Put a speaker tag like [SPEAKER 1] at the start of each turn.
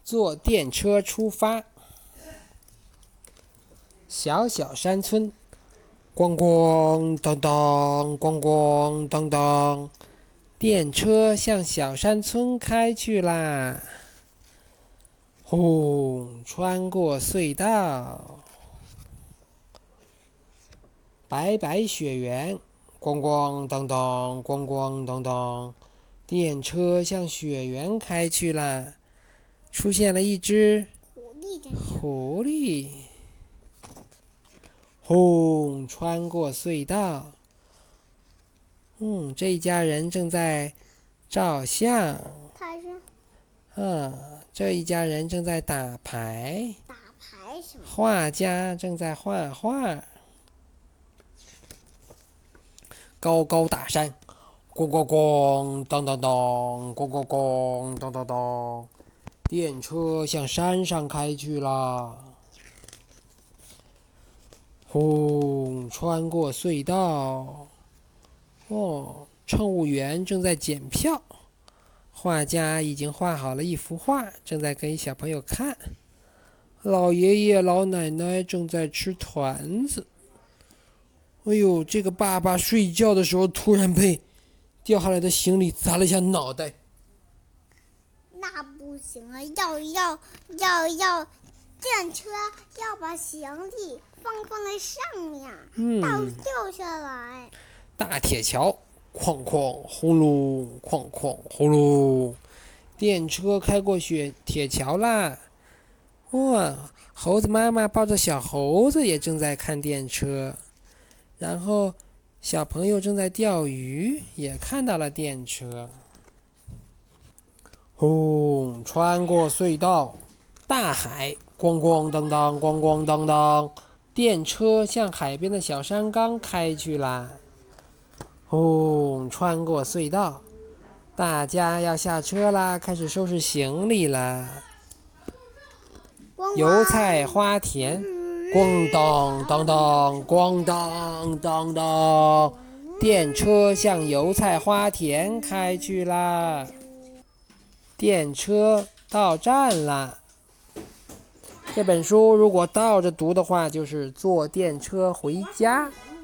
[SPEAKER 1] 坐电车出发。小小山村，咣咣当当，咣咣当当，电车向小山村开去啦！轰，穿过隧道，白白雪原，咣咣当当，咣咣当当，电车向雪原开去啦！出现了一只狐狸。轰，穿过隧道。这一家人正在照相。这一家人正在打牌。
[SPEAKER 2] 打牌什么？
[SPEAKER 1] 画家正在画画。高高大山，咣咣咣，当当当，咣咣咣，当当当，电车向山上开去啦！轰，穿过隧道。乘务员正在检票。画家已经画好了一幅画，正在给小朋友看。老爷爷老奶奶正在吃团子。哎呦，这个爸爸睡觉的时候突然被掉下来的行李砸了一下脑袋。
[SPEAKER 2] 那不行啊，电车要把行李放在上面，掉下来。
[SPEAKER 1] 大铁桥，哐哐轰隆，哐哐轰隆，电车开过铁桥啦！哇，猴子妈妈抱着小猴子也正在看电车，然后小朋友正在钓鱼，也看到了电车。轰，穿过隧道，大海，咣咣当当，咣咣当当，电车向海边的小山岗开去啦！轰，穿过隧道，大家要下车啦，开始收拾行李啦。油菜花田，咣当当当，咣当当当，电车向油菜花田开去啦。电车到站啦！这本书如果倒着读的话，就是坐电车回家。